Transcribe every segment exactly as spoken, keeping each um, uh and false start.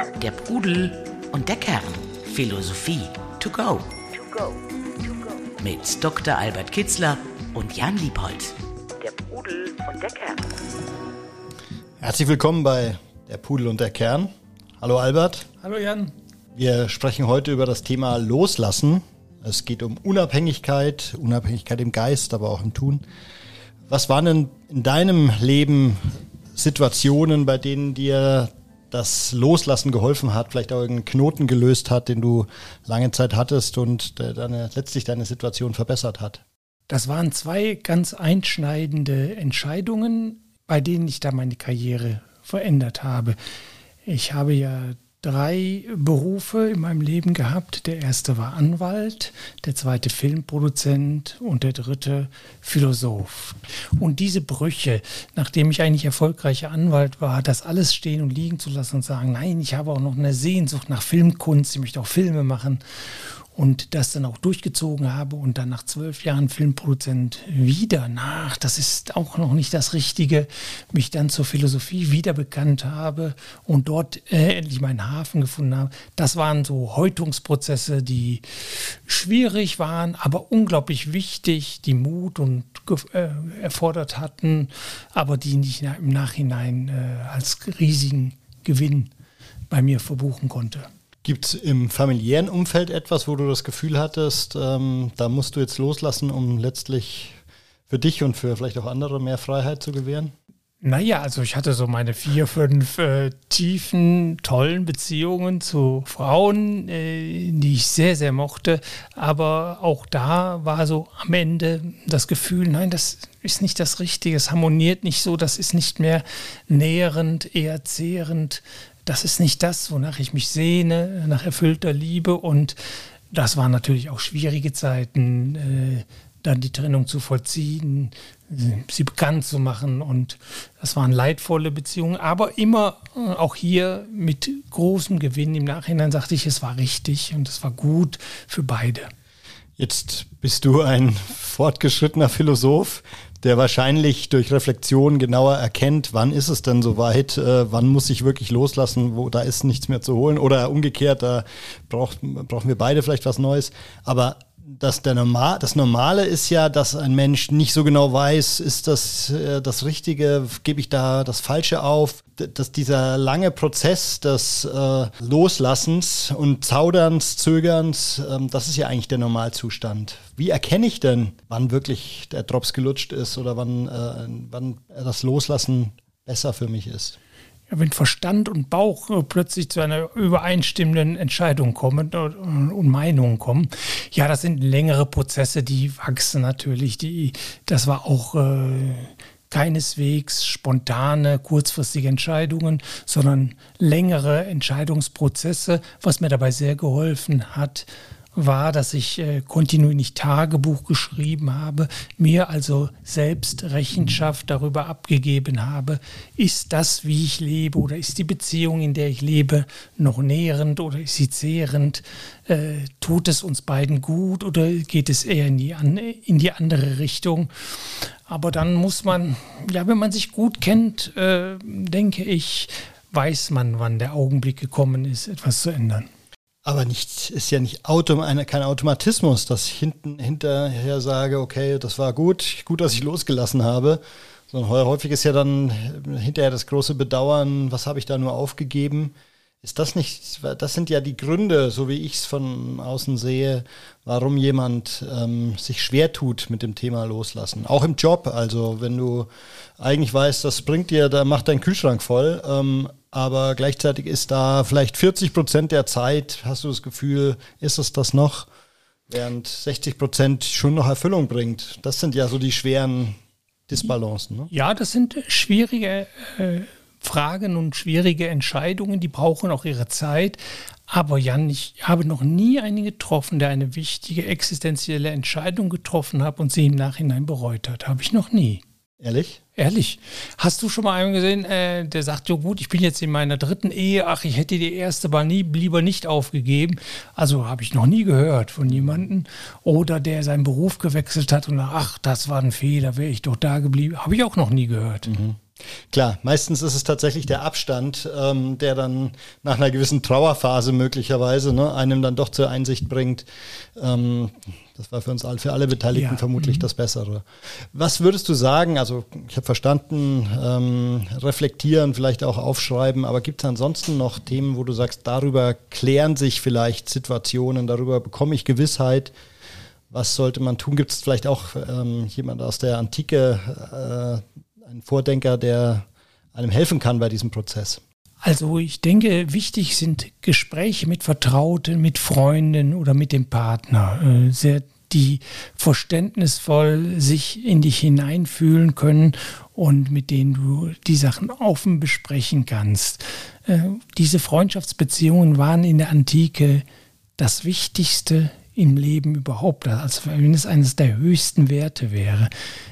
Der Pudel und der Kern. Philosophie to go. To go. To go. Mit Doktor Albert Kitzler und Jan Liebold. Der Pudel und der Kern. Herzlich willkommen bei Der Pudel und der Kern. Hallo Albert. Hallo Jan. Wir sprechen heute über das Thema Loslassen. Es geht um Unabhängigkeit, Unabhängigkeit im Geist, aber auch im Tun. Was waren denn in deinem Leben Situationen, bei denen dir das Loslassen geholfen hat, vielleicht auch irgendeinen Knoten gelöst hat, den du lange Zeit hattest und der deine, letztlich deine Situation verbessert hat? Das waren zwei ganz einschneidende Entscheidungen, bei denen ich da meine Karriere verändert habe. Ich habe ja drei Berufe in meinem Leben gehabt. Der erste war Anwalt, der zweite Filmproduzent und der dritte Philosoph. Und diese Brüche, nachdem ich eigentlich erfolgreicher Anwalt war, das alles stehen und liegen zu lassen und sagen, nein, ich habe auch noch eine Sehnsucht nach Filmkunst, ich möchte auch Filme machen. Und das dann auch durchgezogen habe und dann nach zwölf Jahren Filmproduzent wieder nach, das ist auch noch nicht das Richtige, mich dann zur Philosophie wieder bekannt habe und dort äh, endlich meinen Hafen gefunden habe. Das waren so Häutungsprozesse, die schwierig waren, aber unglaublich wichtig, die Mut und äh, erfordert hatten, aber die ich im Nachhinein äh, als riesigen Gewinn bei mir verbuchen konnte. Gibt es im familiären Umfeld etwas, wo du das Gefühl hattest, ähm, da musst du jetzt loslassen, um letztlich für dich und für vielleicht auch andere mehr Freiheit zu gewähren? Naja, also ich hatte so meine vier, fünf äh, tiefen, tollen Beziehungen zu Frauen, äh, die ich sehr, sehr mochte. Aber auch da war so am Ende das Gefühl, nein, das ist nicht das Richtige, es harmoniert nicht so, das ist nicht mehr nährend, eher zehrend. Das ist nicht das, wonach ich mich sehne, nach erfüllter Liebe. Und das waren natürlich auch schwierige Zeiten, äh, dann die Trennung zu vollziehen, sie bekannt zu machen. Und das waren leidvolle Beziehungen, aber immer äh, auch hier mit großem Gewinn. Im Nachhinein sagte ich, es war richtig und es war gut für beide. Jetzt bist du ein fortgeschrittener Philosoph, der wahrscheinlich durch Reflexion genauer erkennt, wann ist es denn soweit, äh, wann muss ich wirklich loslassen, wo da ist nichts mehr zu holen oder umgekehrt, da braucht, brauchen wir beide vielleicht was Neues. Aber das, der Normal, das Normale ist ja, dass ein Mensch nicht so genau weiß, ist das äh, das Richtige, gebe ich da das Falsche auf, D- dass dieser lange Prozess des äh, Loslassens und Zauderns, Zögerns, ähm, das ist ja eigentlich der Normalzustand. Wie erkenne ich denn, wann wirklich der Drops gelutscht ist oder wann, äh, wann das Loslassen besser für mich ist? Ja, wenn Verstand und Bauch äh, plötzlich zu einer übereinstimmenden Entscheidung kommen äh, und Meinungen kommen, ja, das sind längere Prozesse, die wachsen natürlich. Die, das war auch äh, keineswegs spontane, kurzfristige Entscheidungen, sondern längere Entscheidungsprozesse. Was mir dabei sehr geholfen hat, war, dass ich äh, kontinuierlich Tagebuch geschrieben habe, mir also selbst Rechenschaft darüber abgegeben habe, ist das, wie ich lebe oder ist die Beziehung, in der ich lebe, noch nährend oder ist sie zehrend, äh, tut es uns beiden gut oder geht es eher in die, an, in die andere Richtung. Aber dann muss man, ja, wenn man sich gut kennt, äh, denke ich, weiß man, wann der Augenblick gekommen ist, etwas zu ändern. Aber nicht, ist ja nicht Auto, eine, kein Automatismus, dass ich hinten, hinterher sage, okay, das war gut, gut, dass ich losgelassen habe. Sondern häufig ist ja dann hinterher das große Bedauern, was habe ich da nur aufgegeben. Ist das nicht, das sind ja die Gründe, so wie ich es von außen sehe, warum jemand ähm, sich schwer tut mit dem Thema Loslassen. Auch im Job, also wenn du eigentlich weißt, das bringt dir, da macht dein Kühlschrank voll, ähm, aber gleichzeitig ist da vielleicht vierzig Prozent der Zeit, hast du das Gefühl, ist es das noch, während sechzig Prozent schon noch Erfüllung bringt. Das sind ja so die schweren Disbalancen. Ne? Ja, das sind schwierige äh, Fragen und schwierige Entscheidungen, die brauchen auch ihre Zeit. Aber Jan, ich habe noch nie einen getroffen, der eine wichtige existenzielle Entscheidung getroffen hat und sie im Nachhinein bereut hat. Habe ich noch nie. Ehrlich? Ehrlich. Hast du schon mal einen gesehen, äh, der sagt, ja gut, ich bin jetzt in meiner dritten Ehe, ach, ich hätte die erste mal nie, lieber nicht aufgegeben. Also habe ich noch nie gehört von jemandem. Oder der seinen Beruf gewechselt hat und ach, das war ein Fehler, wäre ich doch da geblieben. Habe ich auch noch nie gehört. Mhm. Klar, meistens ist es tatsächlich der Abstand, ähm, der dann nach einer gewissen Trauerphase möglicherweise ne, einem dann doch zur Einsicht bringt. Ähm, das war für uns alle, für alle Beteiligten ja. vermutlich mhm. das Bessere. Was würdest du sagen, also ich habe verstanden, ähm, reflektieren, vielleicht auch aufschreiben, aber gibt es ansonsten noch Themen, wo du sagst, darüber klären sich vielleicht Situationen, darüber bekomme ich Gewissheit? Was sollte man tun? Gibt es vielleicht auch ähm, jemand aus der Antike, äh, einen Vordenker, der einem helfen kann bei diesem Prozess? Also ich denke, wichtig sind Gespräche mit Vertrauten, mit Freunden oder mit dem Partner, äh, sehr, die verständnisvoll sich in dich hineinfühlen können und mit denen du die Sachen offen besprechen kannst. Äh, diese Freundschaftsbeziehungen waren in der Antike das Wichtigste im Leben überhaupt, also wenn es eines der höchsten Werte wäre.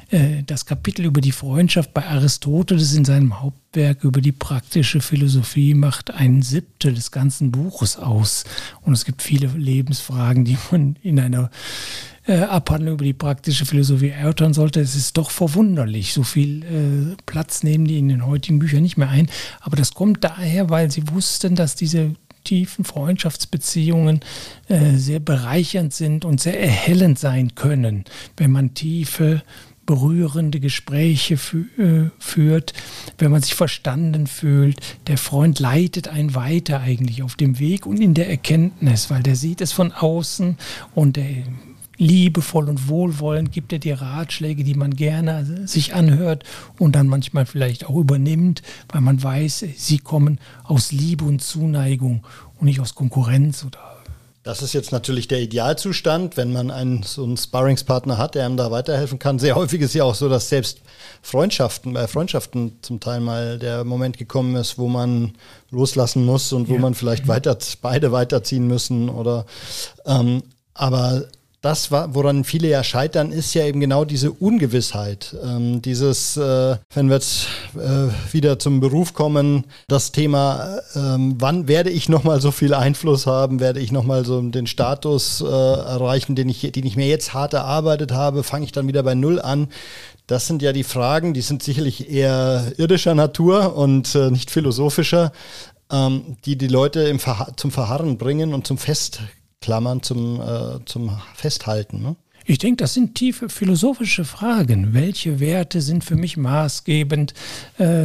Das Kapitel über die Freundschaft bei Aristoteles in seinem Hauptwerk über die praktische Philosophie macht ein Siebtel des ganzen Buches aus. Und es gibt viele Lebensfragen, die man in einer äh, Abhandlung über die praktische Philosophie erörtern sollte. Es ist doch verwunderlich. So viel äh, Platz nehmen die in den heutigen Büchern nicht mehr ein. Aber das kommt daher, weil sie wussten, dass diese tiefen Freundschaftsbeziehungen äh, sehr bereichernd sind und sehr erhellend sein können, wenn man tiefe, berührende Gespräche fü- äh, führt, wenn man sich verstanden fühlt. Der Freund leitet einen weiter eigentlich auf dem Weg und in der Erkenntnis, weil der sieht es von außen und der liebevoll und wohlwollend gibt er dir Ratschläge, die man gerne sich anhört und dann manchmal vielleicht auch übernimmt, weil man weiß, sie kommen aus Liebe und Zuneigung und nicht aus Konkurrenz oder. Das ist jetzt natürlich der Idealzustand, wenn man einen, so einen Sparringspartner hat, der einem da weiterhelfen kann. Sehr häufig ist ja auch so, dass selbst Freundschaften, bei Freundschaften zum Teil mal der Moment gekommen ist, wo man loslassen muss und wo ja. man vielleicht weiter, beide weiterziehen müssen oder ähm, aber das, woran viele ja scheitern, ist ja eben genau diese Ungewissheit. Ähm, dieses, äh, wenn wir jetzt äh, wieder zum Beruf kommen, das Thema, ähm, wann werde ich nochmal so viel Einfluss haben, werde ich nochmal so den Status äh, erreichen, den ich, den ich mir jetzt hart erarbeitet habe, fange ich dann wieder bei Null an. Das sind ja die Fragen, die sind sicherlich eher irdischer Natur und äh, nicht philosophischer, ähm, die die Leute im Verha- zum Verharren bringen und zum Fest Klammern zum, äh, zum Festhalten. Ne? Ich denke, das sind tiefe philosophische Fragen. Welche Werte sind für mich maßgebend? Äh,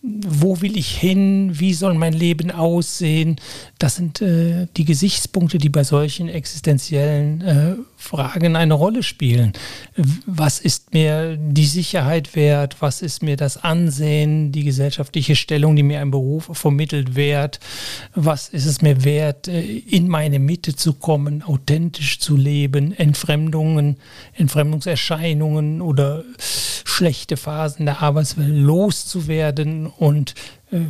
wo will ich hin? Wie soll mein Leben aussehen? Das sind äh, die Gesichtspunkte, die bei solchen existenziellen äh, Fragen eine Rolle spielen. Was ist mir die Sicherheit wert? Was ist mir das Ansehen, die gesellschaftliche Stellung, die mir ein Beruf vermittelt, wert? Was ist es mir wert, in meine Mitte zu kommen, authentisch zu leben, Entfremdungen, Entfremdungserscheinungen oder schlechte Phasen der Arbeitswelt loszuwerden und äh,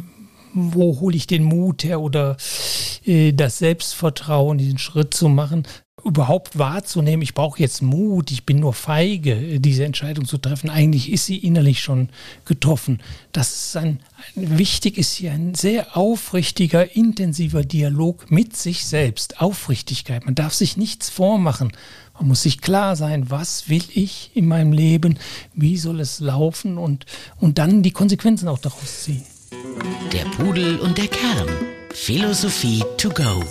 wo hole ich den Mut her oder äh, das Selbstvertrauen, diesen Schritt zu machen, überhaupt wahrzunehmen, ich brauche jetzt Mut, ich bin nur feige, diese Entscheidung zu treffen. Eigentlich ist sie innerlich schon getroffen. Das ist ein, ein wichtig ist hier ein sehr aufrichtiger, intensiver Dialog mit sich selbst. Aufrichtigkeit. Man darf sich nichts vormachen. Man muss sich klar sein, was will ich in meinem Leben, wie soll es laufen und, und dann die Konsequenzen auch daraus ziehen. Der Pudel und der Kern. Philosophie to go.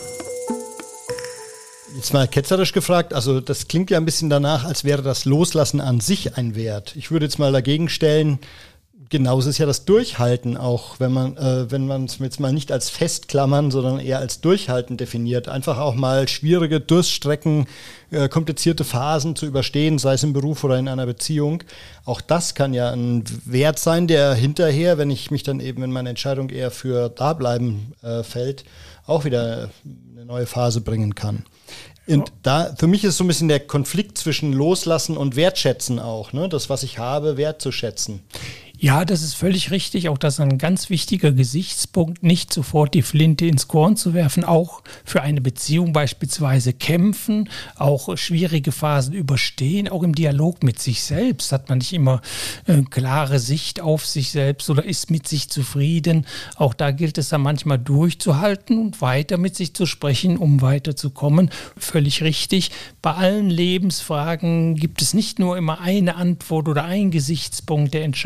Jetzt mal ketzerisch gefragt, also das klingt ja ein bisschen danach, als wäre das Loslassen an sich ein Wert. Ich würde jetzt mal dagegen stellen, genauso ist ja das Durchhalten auch, wenn man äh, wenn man es jetzt mal nicht als Festklammern, sondern eher als Durchhalten definiert. Einfach auch mal schwierige Durststrecken, äh, komplizierte Phasen zu überstehen, sei es im Beruf oder in einer Beziehung. Auch das kann ja ein Wert sein, der hinterher, wenn ich mich dann eben, wenn meine Entscheidung eher für Dableiben äh, fällt, auch wieder eine neue Phase bringen kann. Und da, für mich ist so ein bisschen der Konflikt zwischen Loslassen und Wertschätzen auch, ne? Das, was ich habe, wertzuschätzen. Ja, das ist völlig richtig. Auch das ist ein ganz wichtiger Gesichtspunkt, nicht sofort die Flinte ins Korn zu werfen. Auch für eine Beziehung beispielsweise kämpfen, auch schwierige Phasen überstehen. Auch im Dialog mit sich selbst hat man nicht immer äh, klare Sicht auf sich selbst oder ist mit sich zufrieden. Auch da gilt es dann manchmal durchzuhalten und weiter mit sich zu sprechen, um weiterzukommen. Völlig richtig. Bei allen Lebensfragen gibt es nicht nur immer eine Antwort oder einen Gesichtspunkt, der entscheidend ist,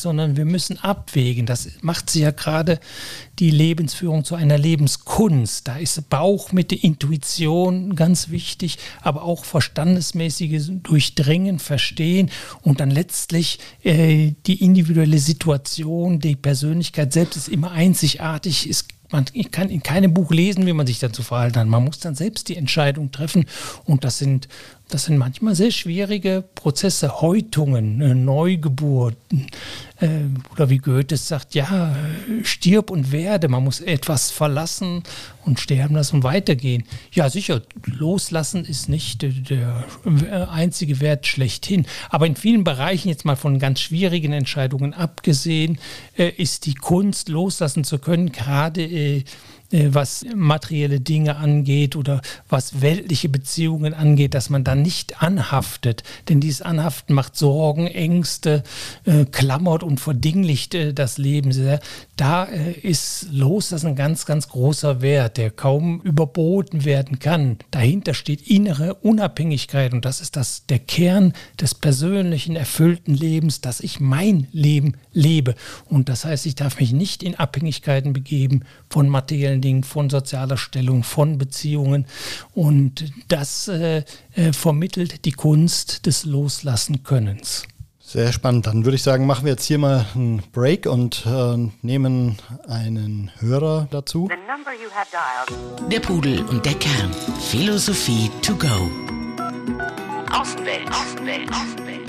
ist, sondern wir müssen abwägen. Das macht sie ja gerade die Lebensführung zu einer Lebenskunst. Da ist Bauchmitte, Intuition ganz wichtig, aber auch verstandesmäßiges Durchdringen, Verstehen und dann letztlich äh, die individuelle Situation, die Persönlichkeit selbst ist immer einzigartig, ist Man kann in keinem Buch lesen, wie man sich dazu verhalten hat. Man muss dann selbst die Entscheidung treffen. Und das sind, das sind manchmal sehr schwierige Prozesse, Häutungen, äh, Neugeburten. Äh, oder wie Goethe sagt, ja, stirb und werde. Man muss etwas verlassen und sterben lassen und weitergehen. Ja, sicher, loslassen ist nicht äh, der einzige Wert schlechthin. Aber in vielen Bereichen, jetzt mal von ganz schwierigen Entscheidungen abgesehen, äh, ist die Kunst, loslassen zu können, gerade äh, was materielle Dinge angeht oder was weltliche Beziehungen angeht, dass man da nicht anhaftet. Denn dieses Anhaften macht Sorgen, Ängste, äh, klammert und verdinglicht äh, das Leben sehr. Da äh, ist Loslassen ein ganz, ganz großer Wert, der kaum überboten werden kann. Dahinter steht innere Unabhängigkeit und das ist das, der Kern des persönlichen, erfüllten Lebens, dass ich mein Leben lebe. Und das heißt, ich darf mich nicht in Abhängigkeiten begeben von materiellen Dingen, von sozialer Stellung, von Beziehungen. Und das äh, äh, vermittelt die Kunst des Loslassen-Könnens. Sehr spannend. Dann würde ich sagen, machen wir jetzt hier mal einen Break und äh, nehmen einen Hörer dazu. Der Pudel und der Kern. Philosophie to go. Außenwelt. Außenwelt. Außenwelt.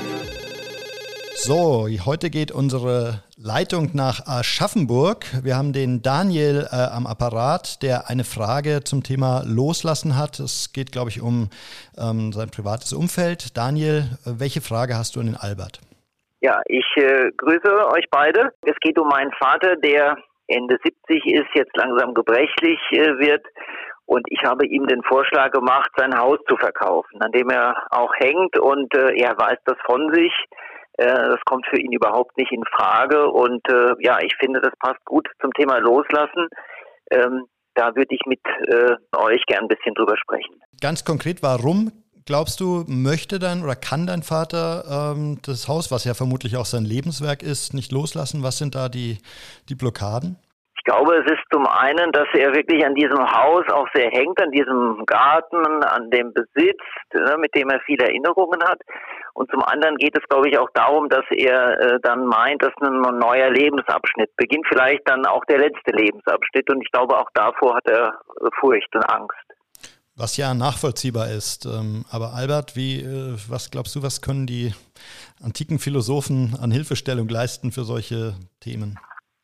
So, heute geht unsere Leitung nach Aschaffenburg. Wir haben den Daniel äh, am Apparat, der eine Frage zum Thema Loslassen hat. Es geht, glaube ich, um ähm, sein privates Umfeld. Daniel, welche Frage hast du an den Albert? Ja, ich äh, grüße euch beide. Es geht um meinen Vater, der Ende siebzig ist, jetzt langsam gebrechlich äh, wird. Und ich habe ihm den Vorschlag gemacht, sein Haus zu verkaufen, an dem er auch hängt. Und äh, er weiß das von sich. Das kommt für ihn überhaupt nicht in Frage und äh, ja, ich finde, das passt gut zum Thema Loslassen. Ähm, da würde ich mit äh, euch gern ein bisschen drüber sprechen. Ganz konkret, warum glaubst du, möchte dein oder kann dein Vater ähm, das Haus, was ja vermutlich auch sein Lebenswerk ist, nicht loslassen? Was sind da die, die Blockaden? Ich glaube, es ist zum einen, dass er wirklich an diesem Haus auch sehr hängt, an diesem Garten, an dem Besitz, ne, mit dem er viele Erinnerungen hat. Und zum anderen geht es, glaube ich, auch darum, dass er äh, dann meint, dass ein neuer Lebensabschnitt beginnt, vielleicht dann auch der letzte Lebensabschnitt. Und ich glaube, auch davor hat er Furcht und Angst. Was ja nachvollziehbar ist. Ähm, aber Albert, wie, äh, was glaubst du, was können die antiken Philosophen an Hilfestellung leisten für solche Themen?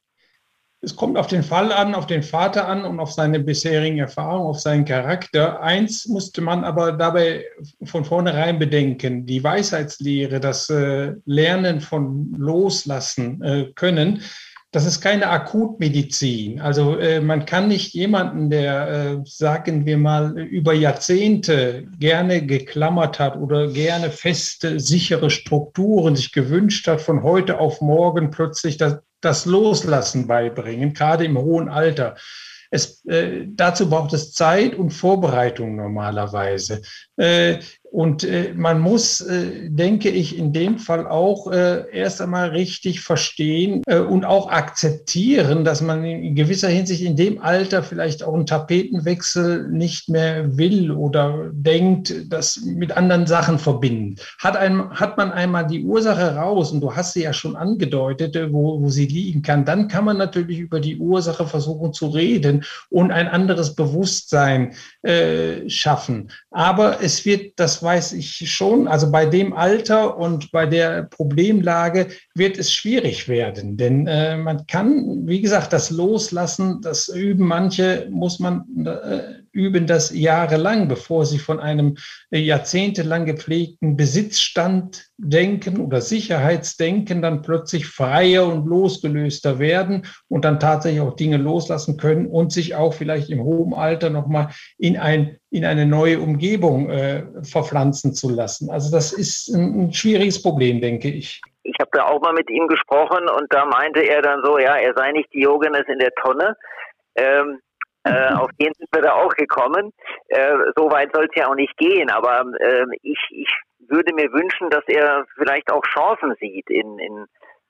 Es kommt auf den Fall an, auf den Vater an und auf seine bisherigen Erfahrungen, auf seinen Charakter. Eins musste man aber dabei von vornherein bedenken. Die Weisheitslehre, das äh, Lernen von Loslassen äh, können, das ist keine Akutmedizin. Also äh, man kann nicht jemanden, der, äh, sagen wir mal, über Jahrzehnte gerne geklammert hat oder gerne feste, sichere Strukturen sich gewünscht hat, von heute auf morgen plötzlich das, das Loslassen beibringen, gerade im hohen Alter. Es, äh, dazu braucht es Zeit und Vorbereitung normalerweise. Äh, und äh, man muss, äh, denke ich, in dem Fall auch äh, erst einmal richtig verstehen äh, und auch akzeptieren, dass man in gewisser Hinsicht in dem Alter vielleicht auch einen Tapetenwechsel nicht mehr will oder denkt, das mit anderen Sachen verbinden. Hat, ein, hat man einmal die Ursache raus, und du hast sie ja schon angedeutet, wo, wo sie liegen kann, dann kann man natürlich über die Ursache versuchen zu reden und ein anderes Bewusstsein äh, schaffen. Aber es wird, das weiß ich schon, also bei dem Alter und bei der Problemlage wird es schwierig werden. Denn äh, man kann, wie gesagt, das Loslassen, das üben manche, muss man äh, üben das jahrelang, bevor sie von einem äh, jahrzehntelang gepflegten Besitzstand denken oder Sicherheitsdenken dann plötzlich freier und losgelöster werden und dann tatsächlich auch Dinge loslassen können und sich auch vielleicht im hohen Alter nochmal in ein in eine neue Umgebung äh, verpflanzen zu lassen. Also das ist ein, ein schwieriges Problem, denke ich. Ich habe da auch mal mit ihm gesprochen und da meinte er dann so, ja, er sei nicht Diogenes in der Tonne. Ähm, äh, auf den sind wir da auch gekommen. Äh, so weit soll es ja auch nicht gehen, aber äh, ich, ich würde mir wünschen, dass er vielleicht auch Chancen sieht in, in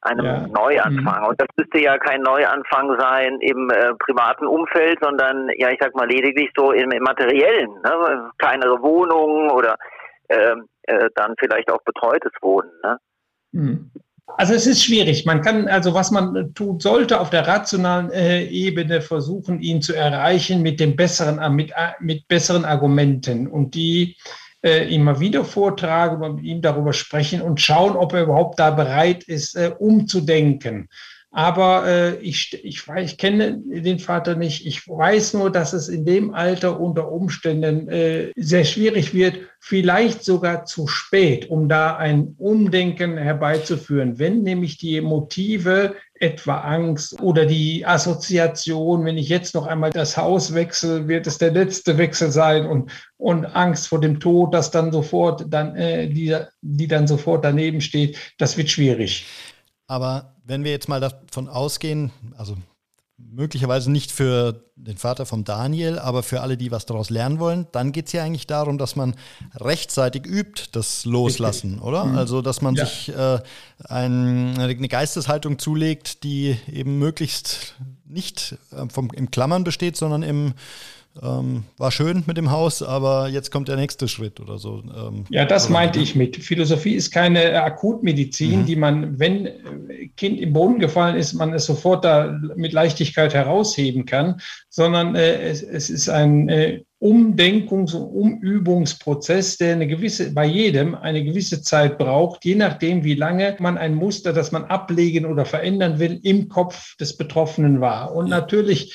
einem ja. Neuanfang. Mhm. Und das müsste ja kein Neuanfang sein im äh, privaten Umfeld, sondern ja, ich sag mal lediglich so im, im materiellen, ne? Kleinere Wohnungen oder äh, äh, dann vielleicht auch betreutes Wohnen. Ne? Mhm. Also es ist schwierig. Man kann, also was man tun sollte, auf der rationalen äh, Ebene versuchen, ihn zu erreichen mit dem besseren, mit, mit besseren Argumenten und die äh, immer wieder vortragen und mit ihm darüber sprechen und schauen, ob er überhaupt da bereit ist, äh, umzudenken. Aber äh, ich, ich, ich kenne den Vater nicht. Ich weiß nur, dass es in dem Alter unter Umständen äh, sehr schwierig wird, vielleicht sogar zu spät, um da ein Umdenken herbeizuführen. Wenn nämlich die Motive, etwa Angst oder die Assoziation, wenn ich jetzt noch einmal das Haus wechsle, wird es der letzte Wechsel sein und, und Angst vor dem Tod, dass dann sofort dann, äh, die, die dann sofort daneben steht, das wird schwierig. Aber wenn wir jetzt mal davon ausgehen, also möglicherweise nicht für den Vater von Daniel, aber für alle, die was daraus lernen wollen, dann geht es ja eigentlich darum, dass man rechtzeitig übt, das Loslassen, Richtig. oder? Mhm. Also, dass man ja. sich äh, ein, eine Geisteshaltung zulegt, die eben möglichst nicht äh, vom, im Klammern besteht, sondern im Ähm, war schön mit dem Haus, aber jetzt kommt der nächste Schritt oder so. Ähm, ja, das oder meinte ne? ich mit. Philosophie ist keine Akutmedizin, mhm. die man, wenn Kind im Boden gefallen ist, man es sofort da mit Leichtigkeit herausheben kann, sondern äh, es, es ist ein äh, Umdenkungs- und Umübungsprozess, der eine gewisse, bei jedem eine gewisse Zeit braucht, je nachdem, wie lange man ein Muster, das man ablegen oder verändern will, im Kopf des Betroffenen war. Und ja. natürlich,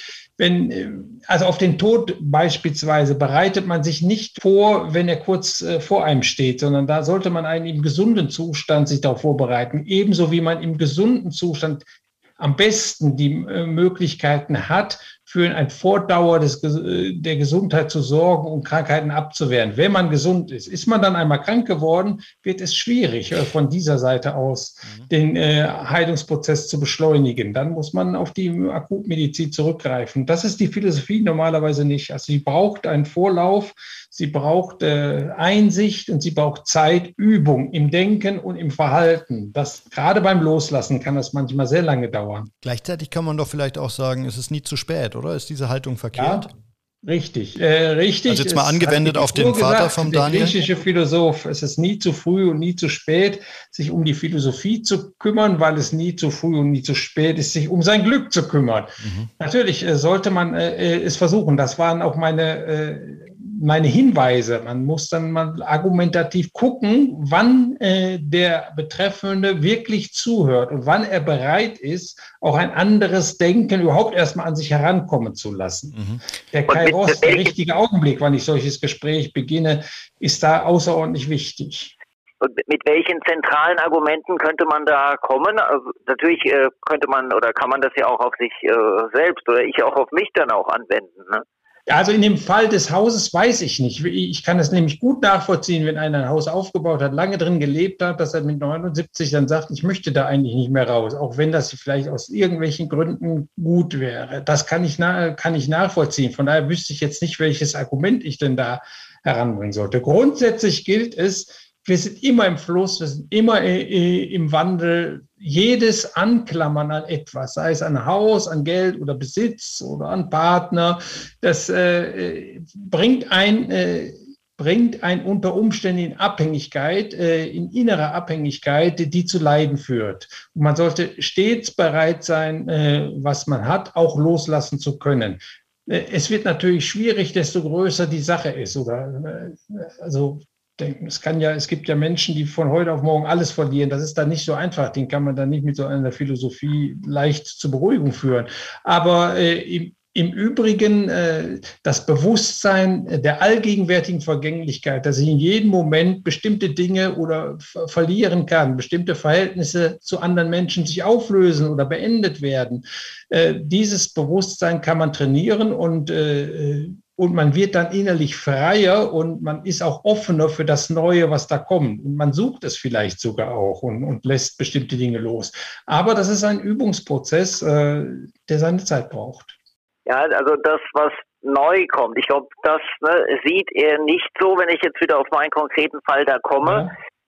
wenn, also auf den Tod beispielsweise bereitet man sich nicht vor, wenn er kurz äh, vor einem steht, sondern da sollte man einen im gesunden Zustand sich darauf vorbereiten. Ebenso wie man im gesunden Zustand am besten die äh, Möglichkeiten hat, für ein Fortdauer des, der Gesundheit zu sorgen und Krankheiten abzuwehren. Wenn man gesund ist, ist man dann einmal krank geworden, wird es schwierig, von dieser Seite aus mhm. den äh, Heilungsprozess zu beschleunigen. Dann muss man auf die Akutmedizin zurückgreifen. Das ist die Philosophie normalerweise nicht. Also sie braucht einen Vorlauf, sie braucht äh, Einsicht und sie braucht Zeit, Übung im Denken und im Verhalten. Das, gerade beim Loslassen kann das manchmal sehr lange dauern. Gleichzeitig kann man doch vielleicht auch sagen, es ist nie zu spät, oder? Ist diese Haltung verkehrt? Ja, richtig, äh, richtig. Also jetzt mal angewendet auf den Vater vom Daniel. Der griechische Philosoph, es ist nie zu früh und nie zu spät, sich um die Philosophie zu kümmern, weil es nie zu früh und nie zu spät ist, sich um sein Glück zu kümmern. Mhm. Natürlich äh, sollte man äh, es versuchen. Das waren auch meine äh, meine Hinweise. Man muss dann mal argumentativ gucken, wann äh, der Betreffende wirklich zuhört und wann er bereit ist, auch ein anderes Denken überhaupt erstmal an sich herankommen zu lassen. Mhm. Der Kairos, der richtige Augenblick, wann ich solches Gespräch beginne, ist da außerordentlich wichtig. Und mit welchen zentralen Argumenten könnte man da kommen? Also natürlich äh, könnte man oder kann man das ja auch auf sich äh, selbst oder ich auch auf mich dann auch anwenden, ne? Also in dem Fall des Hauses weiß ich nicht. Ich kann es nämlich gut nachvollziehen, wenn einer ein Haus aufgebaut hat, lange drin gelebt hat, dass er mit neunundsiebzig dann sagt, ich möchte da eigentlich nicht mehr raus, auch wenn das vielleicht aus irgendwelchen Gründen gut wäre. Das kann ich, kann ich nachvollziehen. Von daher wüsste ich jetzt nicht, welches Argument ich denn da heranbringen sollte. Grundsätzlich gilt es, wir sind immer im Fluss, wir sind immer im Wandel. Jedes Anklammern an etwas, sei es an Haus, an Geld oder Besitz oder an Partner, das äh, bringt ein, äh, bringt ein unter Umständen in Abhängigkeit, äh, in innere Abhängigkeit, die zu Leiden führt. Und man sollte stets bereit sein, äh, was man hat, auch loslassen zu können. Es wird natürlich schwierig, desto größer die Sache ist. Oder äh, also denken. Es kann ja, es gibt ja Menschen, die von heute auf morgen alles verlieren. Das ist dann nicht so einfach. Den kann man dann nicht mit so einer Philosophie leicht zur Beruhigung führen. Aber äh, im, im Übrigen äh, das Bewusstsein der allgegenwärtigen Vergänglichkeit, dass ich in jedem Moment bestimmte Dinge oder ver- verlieren kann, bestimmte Verhältnisse zu anderen Menschen sich auflösen oder beendet werden. Äh, dieses Bewusstsein kann man trainieren und äh, Und man wird dann innerlich freier und man ist auch offener für das Neue, was da kommt. Und man sucht es vielleicht sogar auch und, und lässt bestimmte Dinge los. Aber das ist ein Übungsprozess, äh, der seine Zeit braucht. Ja, also das, was neu kommt, ich glaube, das ne, sieht er nicht so, wenn ich jetzt wieder auf meinen konkreten Fall da komme. Ja.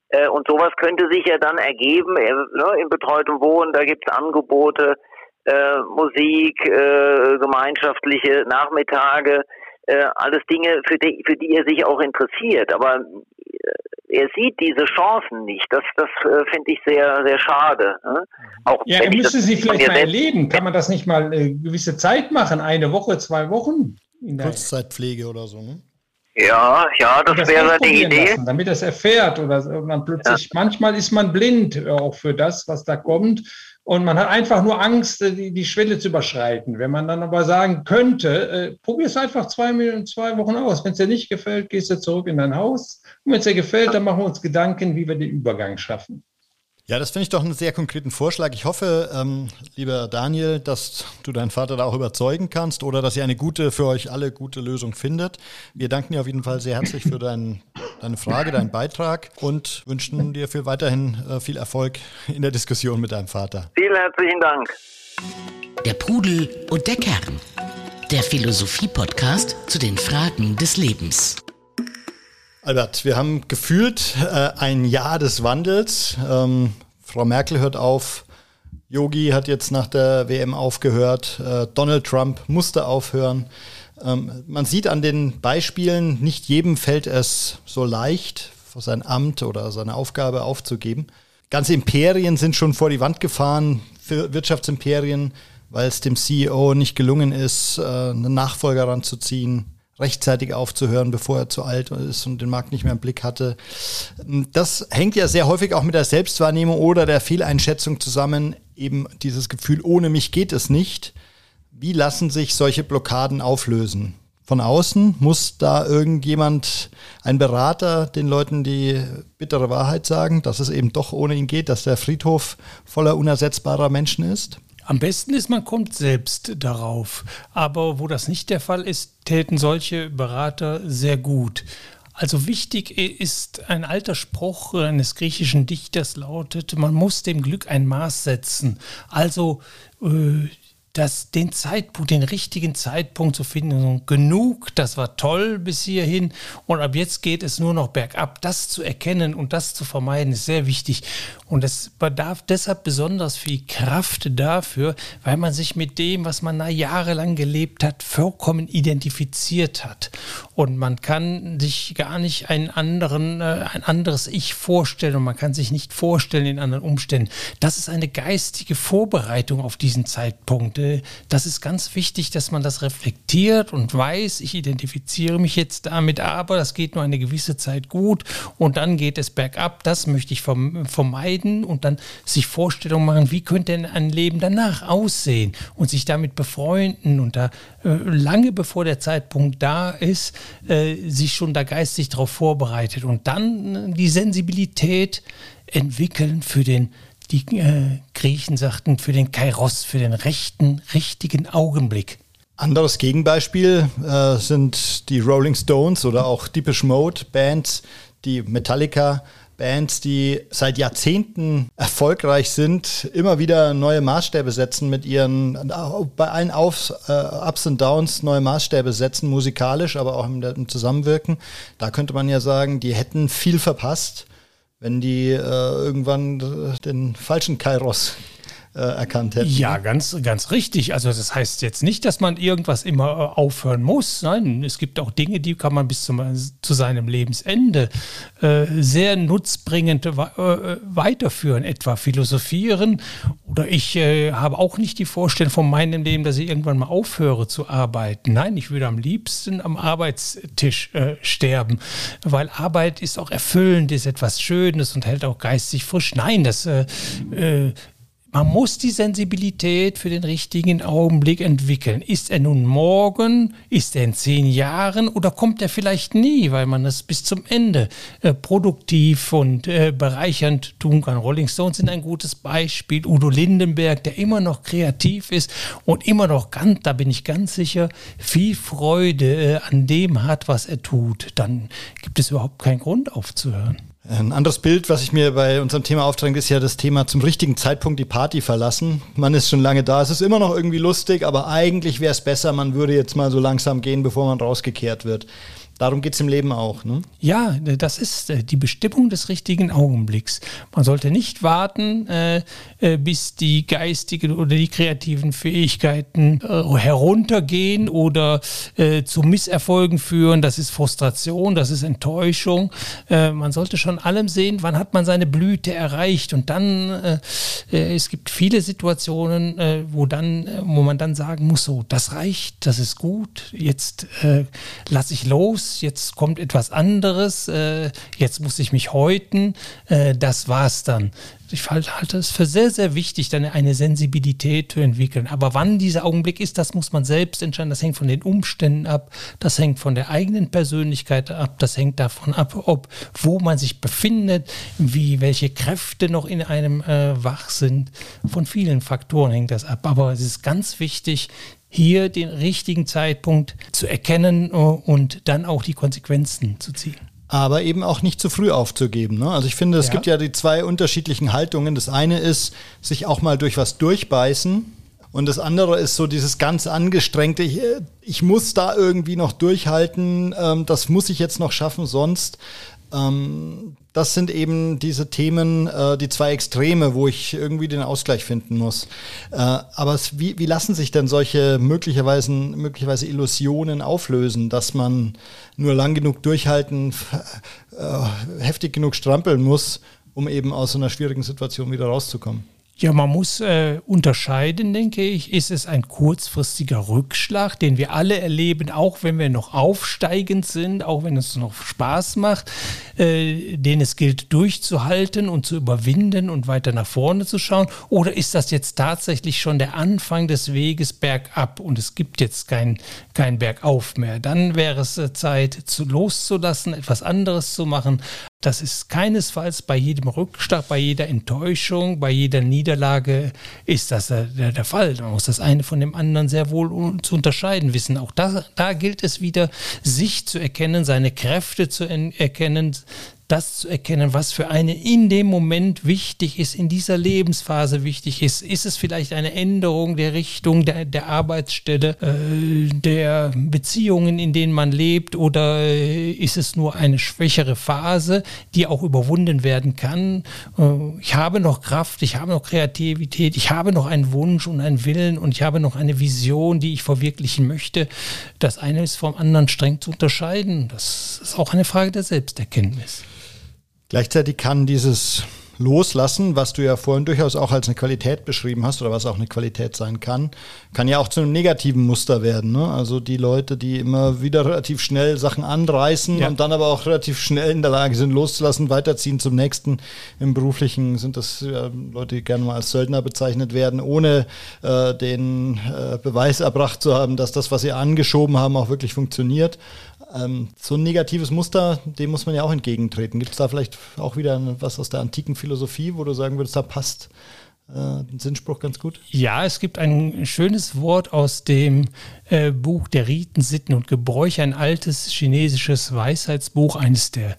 Äh, und sowas könnte sich ja dann ergeben, äh, ne, in betreutem Wohnen, da gibt es Angebote, äh, Musik, äh, gemeinschaftliche Nachmittage, äh, alles Dinge, für die, für die er sich auch interessiert. Aber äh, er sieht diese Chancen nicht. Das, das äh, finde ich sehr, sehr schade. Ne? Auch ja, er müsste sie vielleicht mal erleben. Kann man das nicht mal eine gewisse Zeit machen? Eine Woche, zwei Wochen? Kurzzeitpflege oder so, ne? Ja, ja, das, das wäre die Idee. Lassen, damit er es erfährt oder man plötzlich, ja. Manchmal ist man blind auch für das, was da kommt und man hat einfach nur Angst, die, die Schwelle zu überschreiten. Wenn man dann aber sagen könnte, äh, probier es einfach zwei, zwei Wochen aus. Wenn es dir nicht gefällt, gehst du zurück in dein Haus und wenn es dir gefällt, dann machen wir uns Gedanken, wie wir den Übergang schaffen. Ja, das finde ich doch einen sehr konkreten Vorschlag. Ich hoffe, ähm, lieber Daniel, dass du deinen Vater da auch überzeugen kannst oder dass ihr eine gute, für euch alle gute Lösung findet. Wir danken dir auf jeden Fall sehr herzlich für dein, deine Frage, deinen Beitrag und wünschen dir für weiterhin äh, viel Erfolg in der Diskussion mit deinem Vater. Vielen herzlichen Dank. Der Pudel und der Kern. Der Philosophie-Podcast zu den Fragen des Lebens. Albert, wir haben gefühlt äh, ein Jahr des Wandels. Ähm, Frau Merkel hört auf, Yogi hat jetzt nach der W M aufgehört, äh, Donald Trump musste aufhören. Ähm, man sieht an den Beispielen, nicht jedem fällt es so leicht, sein Amt oder seine Aufgabe aufzugeben. Ganze Imperien sind schon vor die Wand gefahren, Wirtschaftsimperien, weil es dem C E O nicht gelungen ist, äh, einen Nachfolger ranzuziehen, rechtzeitig aufzuhören, bevor er zu alt ist und den Markt nicht mehr im Blick hatte. Das hängt ja sehr häufig auch mit der Selbstwahrnehmung oder der Fehleinschätzung zusammen, eben dieses Gefühl, ohne mich geht es nicht. Wie lassen sich solche Blockaden auflösen? Von außen muss da irgendjemand, ein Berater, den Leuten die bittere Wahrheit sagen, dass es eben doch ohne ihn geht, dass der Friedhof voller unersetzbarer Menschen ist? Am besten ist, man kommt selbst darauf. Aber wo das nicht der Fall ist, täten solche Berater sehr gut. Also wichtig ist, ein alter Spruch eines griechischen Dichters lautet, man muss dem Glück ein Maß setzen. Also äh, das, den Zeitpunkt, den richtigen Zeitpunkt zu finden. Genug, das war toll bis hierhin und ab jetzt geht es nur noch bergab. Das zu erkennen und das zu vermeiden, ist sehr wichtig. Und es bedarf deshalb besonders viel Kraft dafür, weil man sich mit dem, was man da jahrelang gelebt hat, vollkommen identifiziert hat. Und man kann sich gar nicht einen anderen, äh, ein anderes Ich vorstellen und man kann sich nicht vorstellen in anderen Umständen. Das ist eine geistige Vorbereitung auf diesen Zeitpunkt. Das ist ganz wichtig, dass man das reflektiert und weiß, ich identifiziere mich jetzt damit, aber das geht nur eine gewisse Zeit gut und dann geht es bergab. Das möchte ich vermeiden und dann sich Vorstellungen machen, wie könnte denn ein Leben danach aussehen und sich damit befreunden und da äh, lange bevor der Zeitpunkt da ist, äh, sich schon da geistig darauf vorbereitet und dann äh, die Sensibilität entwickeln für den Die äh, Griechen sagten, für den Kairos, für den rechten, richtigen Augenblick. Anderes Gegenbeispiel äh, sind die Rolling Stones oder auch Depeche Mode Bands, die Metallica Bands, die seit Jahrzehnten erfolgreich sind, immer wieder neue Maßstäbe setzen mit ihren, bei allen Aufs, äh, Ups und Downs neue Maßstäbe setzen, musikalisch, aber auch im, im Zusammenwirken. Da könnte man ja sagen, die hätten viel verpasst, wenn die äh, irgendwann den falschen Kairos äh, erkannt hätten. Ja, ganz, ganz richtig. Also das heißt jetzt nicht, dass man irgendwas immer äh, aufhören muss. Nein, es gibt auch Dinge, die kann man bis zum, zu seinem Lebensende äh, sehr nutzbringend äh, weiterführen, etwa philosophieren. Oder ich äh, habe auch nicht die Vorstellung von meinem Leben, dass ich irgendwann mal aufhöre zu arbeiten. Nein, ich würde am liebsten am Arbeitstisch äh, sterben, weil Arbeit ist auch erfüllend, ist etwas Schönes und hält auch geistig frisch. Nein, das äh, äh, man muss die Sensibilität für den richtigen Augenblick entwickeln. Ist er nun morgen, ist er in zehn Jahren oder kommt er vielleicht nie, weil man das bis zum Ende äh, produktiv und äh, bereichernd tun kann. Rolling Stones sind ein gutes Beispiel. Udo Lindenberg, der immer noch kreativ ist und immer noch ganz, da bin ich ganz sicher, viel Freude äh, an dem hat, was er tut. Dann gibt es überhaupt keinen Grund aufzuhören. Ein anderes Bild, was ich mir bei unserem Thema aufdrängt, ist ja das Thema zum richtigen Zeitpunkt die Party verlassen. Man ist schon lange da, es ist immer noch irgendwie lustig, aber eigentlich wäre es besser, man würde jetzt mal so langsam gehen, bevor man rausgekehrt wird. darum geht es im Leben auch, ne? Ja, das ist die Bestimmung des richtigen Augenblicks. Man sollte nicht warten, äh, bis die geistigen oder die kreativen Fähigkeiten äh, heruntergehen oder äh, zu Misserfolgen führen. Das ist Frustration, das ist Enttäuschung. Äh, man sollte schon allem sehen, wann hat man seine Blüte erreicht. Und dann, äh, äh, es gibt viele Situationen, äh, wo, dann, äh, wo man dann sagen muss, so, das reicht, das ist gut, jetzt äh, lasse ich los, jetzt kommt etwas anderes, äh, jetzt muss ich mich häuten, äh, das war's dann. Ich halte es für sehr, sehr wichtig, dann eine Sensibilität zu entwickeln. Aber wann dieser Augenblick ist, das muss man selbst entscheiden. Das hängt von den Umständen ab, das hängt von der eigenen Persönlichkeit ab, das hängt davon ab, ob wo man sich befindet, wie welche Kräfte noch in einem äh, wach sind. Von vielen Faktoren hängt das ab. Aber es ist ganz wichtig, hier den richtigen Zeitpunkt zu erkennen und dann auch die Konsequenzen zu ziehen. Aber eben auch nicht zu früh aufzugeben, ne? Also ich finde, es ja. gibt ja die zwei unterschiedlichen Haltungen. Das eine ist, sich auch mal durch was durchbeißen. Und das andere ist so dieses ganz angestrengte, ich, ich muss da irgendwie noch durchhalten, ähm, das muss ich jetzt noch schaffen, sonst. Ähm, das sind eben diese Themen, äh, die zwei Extreme, wo ich irgendwie den Ausgleich finden muss. Äh, aber es, wie, wie lassen sich denn solche möglicherweise, möglicherweise Illusionen auflösen, dass man nur lang genug durchhalten, äh, heftig genug strampeln muss, um eben aus so einer schwierigen Situation wieder rauszukommen? Ja, man muss äh, unterscheiden, denke ich. Ist es ein kurzfristiger Rückschlag, den wir alle erleben, auch wenn wir noch aufsteigend sind, auch wenn es noch Spaß macht, äh, den es gilt durchzuhalten und zu überwinden und weiter nach vorne zu schauen? Oder ist das jetzt tatsächlich schon der Anfang des Weges bergab und es gibt jetzt kein, kein Bergauf mehr? Dann wäre es äh, Zeit, zu loszulassen, etwas anderes zu machen. Das ist keinesfalls bei jedem Rückschlag, bei jeder Enttäuschung, bei jeder Niederlage ist das der, der, der Fall. Man muss das eine von dem anderen sehr wohl un- zu unterscheiden wissen. Auch da, da gilt es wieder, sich zu erkennen, seine Kräfte zu en- erkennen, das zu erkennen, was für einen in dem Moment wichtig ist, in dieser Lebensphase wichtig ist. Ist es vielleicht eine Änderung der Richtung der, der Arbeitsstelle, äh, der Beziehungen, in denen man lebt, oder äh, ist es nur eine schwächere Phase, die auch überwunden werden kann? Äh, ich habe noch Kraft, ich habe noch Kreativität, ich habe noch einen Wunsch und einen Willen und ich habe noch eine Vision, die ich verwirklichen möchte. Das eine ist vom anderen streng zu unterscheiden. Das ist auch eine Frage der Selbsterkenntnis. Gleichzeitig kann dieses Loslassen, was du ja vorhin durchaus auch als eine Qualität beschrieben hast oder was auch eine Qualität sein kann, kann ja auch zu einem negativen Muster werden, ne? Also die Leute, die immer wieder relativ schnell Sachen anreißen ja. und dann aber auch relativ schnell in der Lage sind, loszulassen, weiterziehen zum nächsten. Im Beruflichen sind das ja Leute, die gerne mal als Söldner bezeichnet werden, ohne äh, den äh, Beweis erbracht zu haben, dass das, was sie angeschoben haben, auch wirklich funktioniert. Ähm, so ein negatives Muster, dem muss man ja auch entgegentreten. Gibt es da vielleicht auch wieder was aus der antiken Philosophie, wo du sagen würdest, da passt äh, ein Sinnspruch ganz gut? Ja, es gibt ein schönes Wort aus dem äh, Buch der Riten, Sitten und Gebräuche, ein altes chinesisches Weisheitsbuch, eines der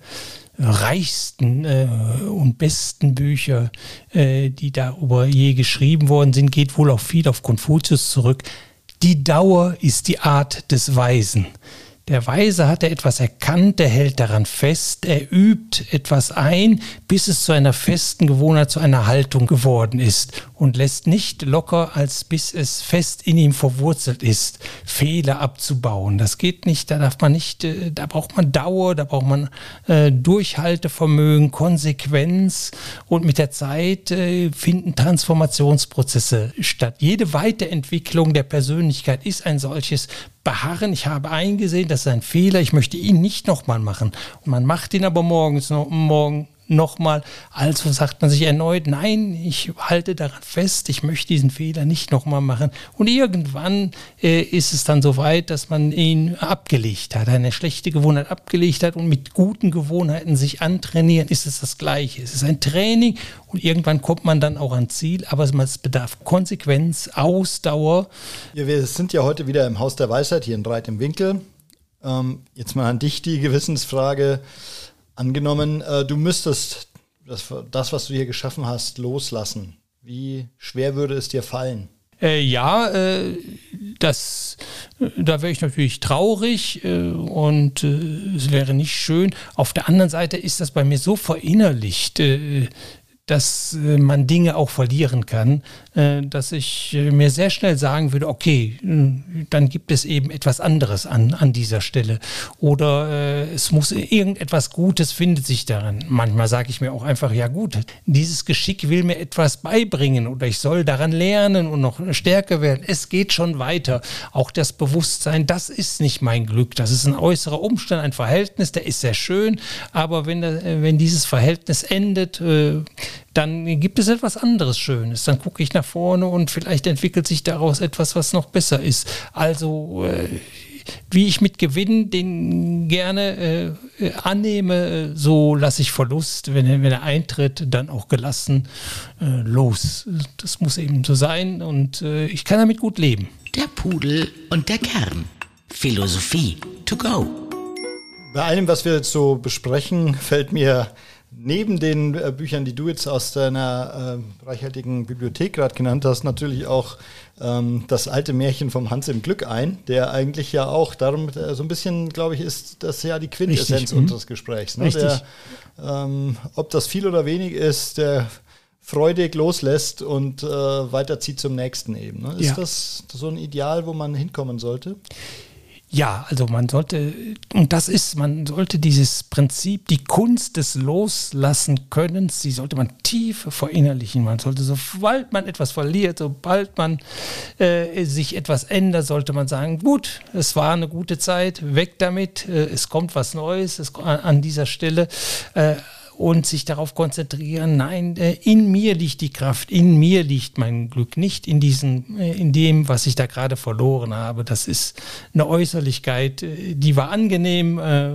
reichsten äh, und besten Bücher, äh, die darüber je geschrieben worden sind, geht wohl auch viel auf Konfuzius zurück. Die Dauer ist die Art des Weisen. Der Weise hat er etwas erkannt, er hält daran fest, er übt etwas ein, bis es zu einer festen Gewohnheit, zu einer Haltung geworden ist und lässt nicht locker, als bis es fest in ihm verwurzelt ist, Fehler abzubauen. Das geht nicht, da darf man nicht, da braucht man Dauer, da braucht man äh, Durchhaltevermögen, Konsequenz und mit der Zeit äh, finden Transformationsprozesse statt. Jede Weiterentwicklung der Persönlichkeit ist ein solches Beharren. Ich habe eingesehen, das ist ein Fehler, ich möchte ihn nicht nochmal machen. Und man macht ihn aber morgens noch, morgen nochmal. Also sagt man sich erneut, nein, ich halte daran fest, ich möchte diesen Fehler nicht nochmal machen. Und irgendwann äh, ist es dann so weit, dass man ihn abgelegt hat, eine schlechte Gewohnheit abgelegt hat und mit guten Gewohnheiten sich antrainieren, ist es das Gleiche. Es ist ein Training und irgendwann kommt man dann auch ans Ziel, aber es bedarf Konsequenz, Ausdauer. Ja, wir sind ja heute wieder im Haus der Weisheit, hier in Breit im Winkel. Ähm, jetzt mal an dich die Gewissensfrage. Angenommen, äh, du müsstest das, das, was du hier geschaffen hast, loslassen. Wie schwer würde es dir fallen? Äh, ja, äh, das, da wäre ich natürlich traurig äh, und äh, es wäre nicht schön. Auf der anderen Seite ist das bei mir so verinnerlicht, äh, dass äh, man Dinge auch verlieren kann, äh, dass ich äh, mir sehr schnell sagen würde, okay, äh, dann gibt es eben etwas anderes an, an dieser Stelle. Oder äh, es muss irgendetwas Gutes findet sich daran. Manchmal sage ich mir auch einfach, ja gut, dieses Geschick will mir etwas beibringen oder ich soll daran lernen und noch stärker werden. Es geht schon weiter. Auch das Bewusstsein, das ist nicht mein Glück. Das ist ein äußerer Umstand, ein Verhältnis, der ist sehr schön, aber wenn, das, wenn dieses Verhältnis endet, äh, dann gibt es etwas anderes Schönes. Dann gucke ich nach vorne und vielleicht entwickelt sich daraus etwas, was noch besser ist. Also äh, wie ich mit Gewinn den gerne äh, annehme, so lasse ich Verlust, wenn er, wenn er eintritt, dann auch gelassen äh, los. Das muss eben so sein und äh, ich kann damit gut leben. Der Pudel und der Kern. Philosophie to go. Bei allem, was wir jetzt so besprechen, fällt mir neben den äh, Büchern, die du jetzt aus deiner äh, reichhaltigen Bibliothek gerade genannt hast, natürlich auch ähm, das alte Märchen vom Hans im Glück ein, der eigentlich ja auch darum äh, so ein bisschen, glaube ich, ist das ja die Quintessenz Richtig, unseres Gesprächs. Ne? Der, ähm, ob das viel oder wenig ist, der freudig loslässt und äh, weiterzieht zum nächsten eben. Ne? Ist ja. das so ein Ideal, wo man hinkommen sollte? Ja, also man sollte, und das ist, man sollte dieses Prinzip, die Kunst des Loslassen Könnens, die sollte man tief verinnerlichen. Man sollte, sobald man etwas verliert, sobald man äh, sich etwas ändert, sollte man sagen, gut, es war eine gute Zeit, weg damit, äh, es kommt was Neues es, an, an dieser Stelle. Äh, Und sich darauf konzentrieren, nein, in mir liegt die Kraft, in mir liegt mein Glück, nicht in diesem, in dem, was ich da gerade verloren habe. Das ist eine Äußerlichkeit, die war angenehm,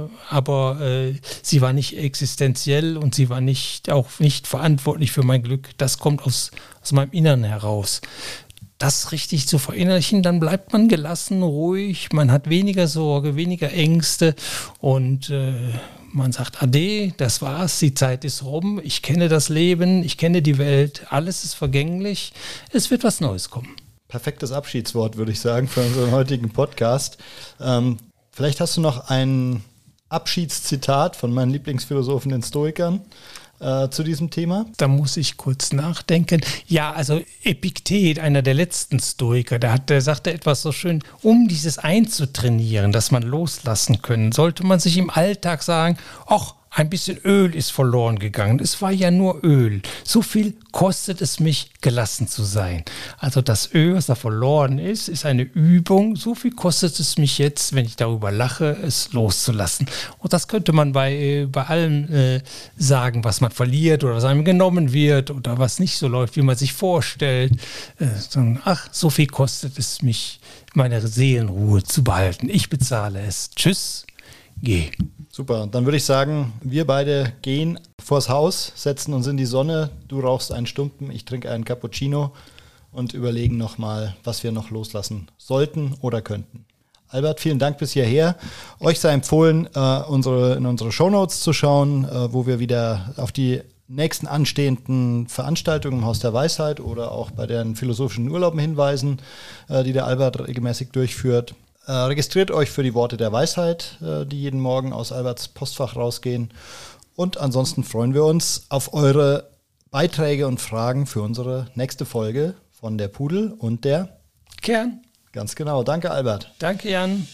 aber sie war nicht existenziell und sie war nicht, auch nicht verantwortlich für mein Glück. Das kommt aus, aus meinem Inneren heraus. Das richtig zu verinnerlichen, dann bleibt man gelassen, ruhig, man hat weniger Sorge, weniger Ängste und äh, man sagt, Ade, das war's, die Zeit ist rum, ich kenne das Leben, ich kenne die Welt, alles ist vergänglich, es wird was Neues kommen. Perfektes Abschiedswort, würde ich sagen, für unseren heutigen Podcast. Ähm, vielleicht hast du noch ein Abschiedszitat von meinen Lieblingsphilosophen, den Stoikern, äh, zu diesem Thema? Da muss ich kurz nachdenken. Ja, also Epiktet, einer der letzten Stoiker, der, hat, der sagte etwas so schön, um dieses einzutrainieren, dass man loslassen können, sollte man sich im Alltag sagen, ach, ein bisschen Öl ist verloren gegangen. Es war ja nur Öl. So viel kostet es mich, gelassen zu sein. Also das Öl, was da verloren ist, ist eine Übung. So viel kostet es mich jetzt, wenn ich darüber lache, es loszulassen. Und das könnte man bei, bei allem äh, sagen, was man verliert oder was einem genommen wird oder was nicht so läuft, wie man sich vorstellt. Äh, sondern, ach, so viel kostet es mich, meine Seelenruhe zu behalten. Ich bezahle es. Tschüss, geh. Super, dann würde ich sagen, wir beide gehen vors Haus, setzen uns in die Sonne, du rauchst einen Stumpen, ich trinke einen Cappuccino und überlegen nochmal, was wir noch loslassen sollten oder könnten. Albert, vielen Dank bis hierher. Euch sei empfohlen, äh, unsere, in unsere Shownotes zu schauen, äh, wo wir wieder auf die nächsten anstehenden Veranstaltungen im Haus der Weisheit oder auch bei den philosophischen Urlauben hinweisen, äh, die der Albert regelmäßig durchführt. Äh, registriert euch für die Worte der Weisheit, äh, die jeden Morgen aus Alberts Postfach rausgehen. Und ansonsten freuen wir uns auf eure Beiträge und Fragen für unsere nächste Folge von der Pudel und der Kern. Ganz genau. Danke, Albert. Danke, Jan.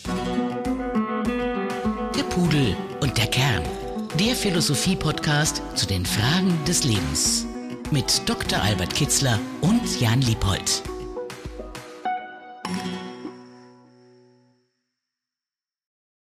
Der Pudel und der Kern. Der Philosophie-Podcast zu den Fragen des Lebens. Mit Doktor Albert Kitzler und Jan Liepoldt.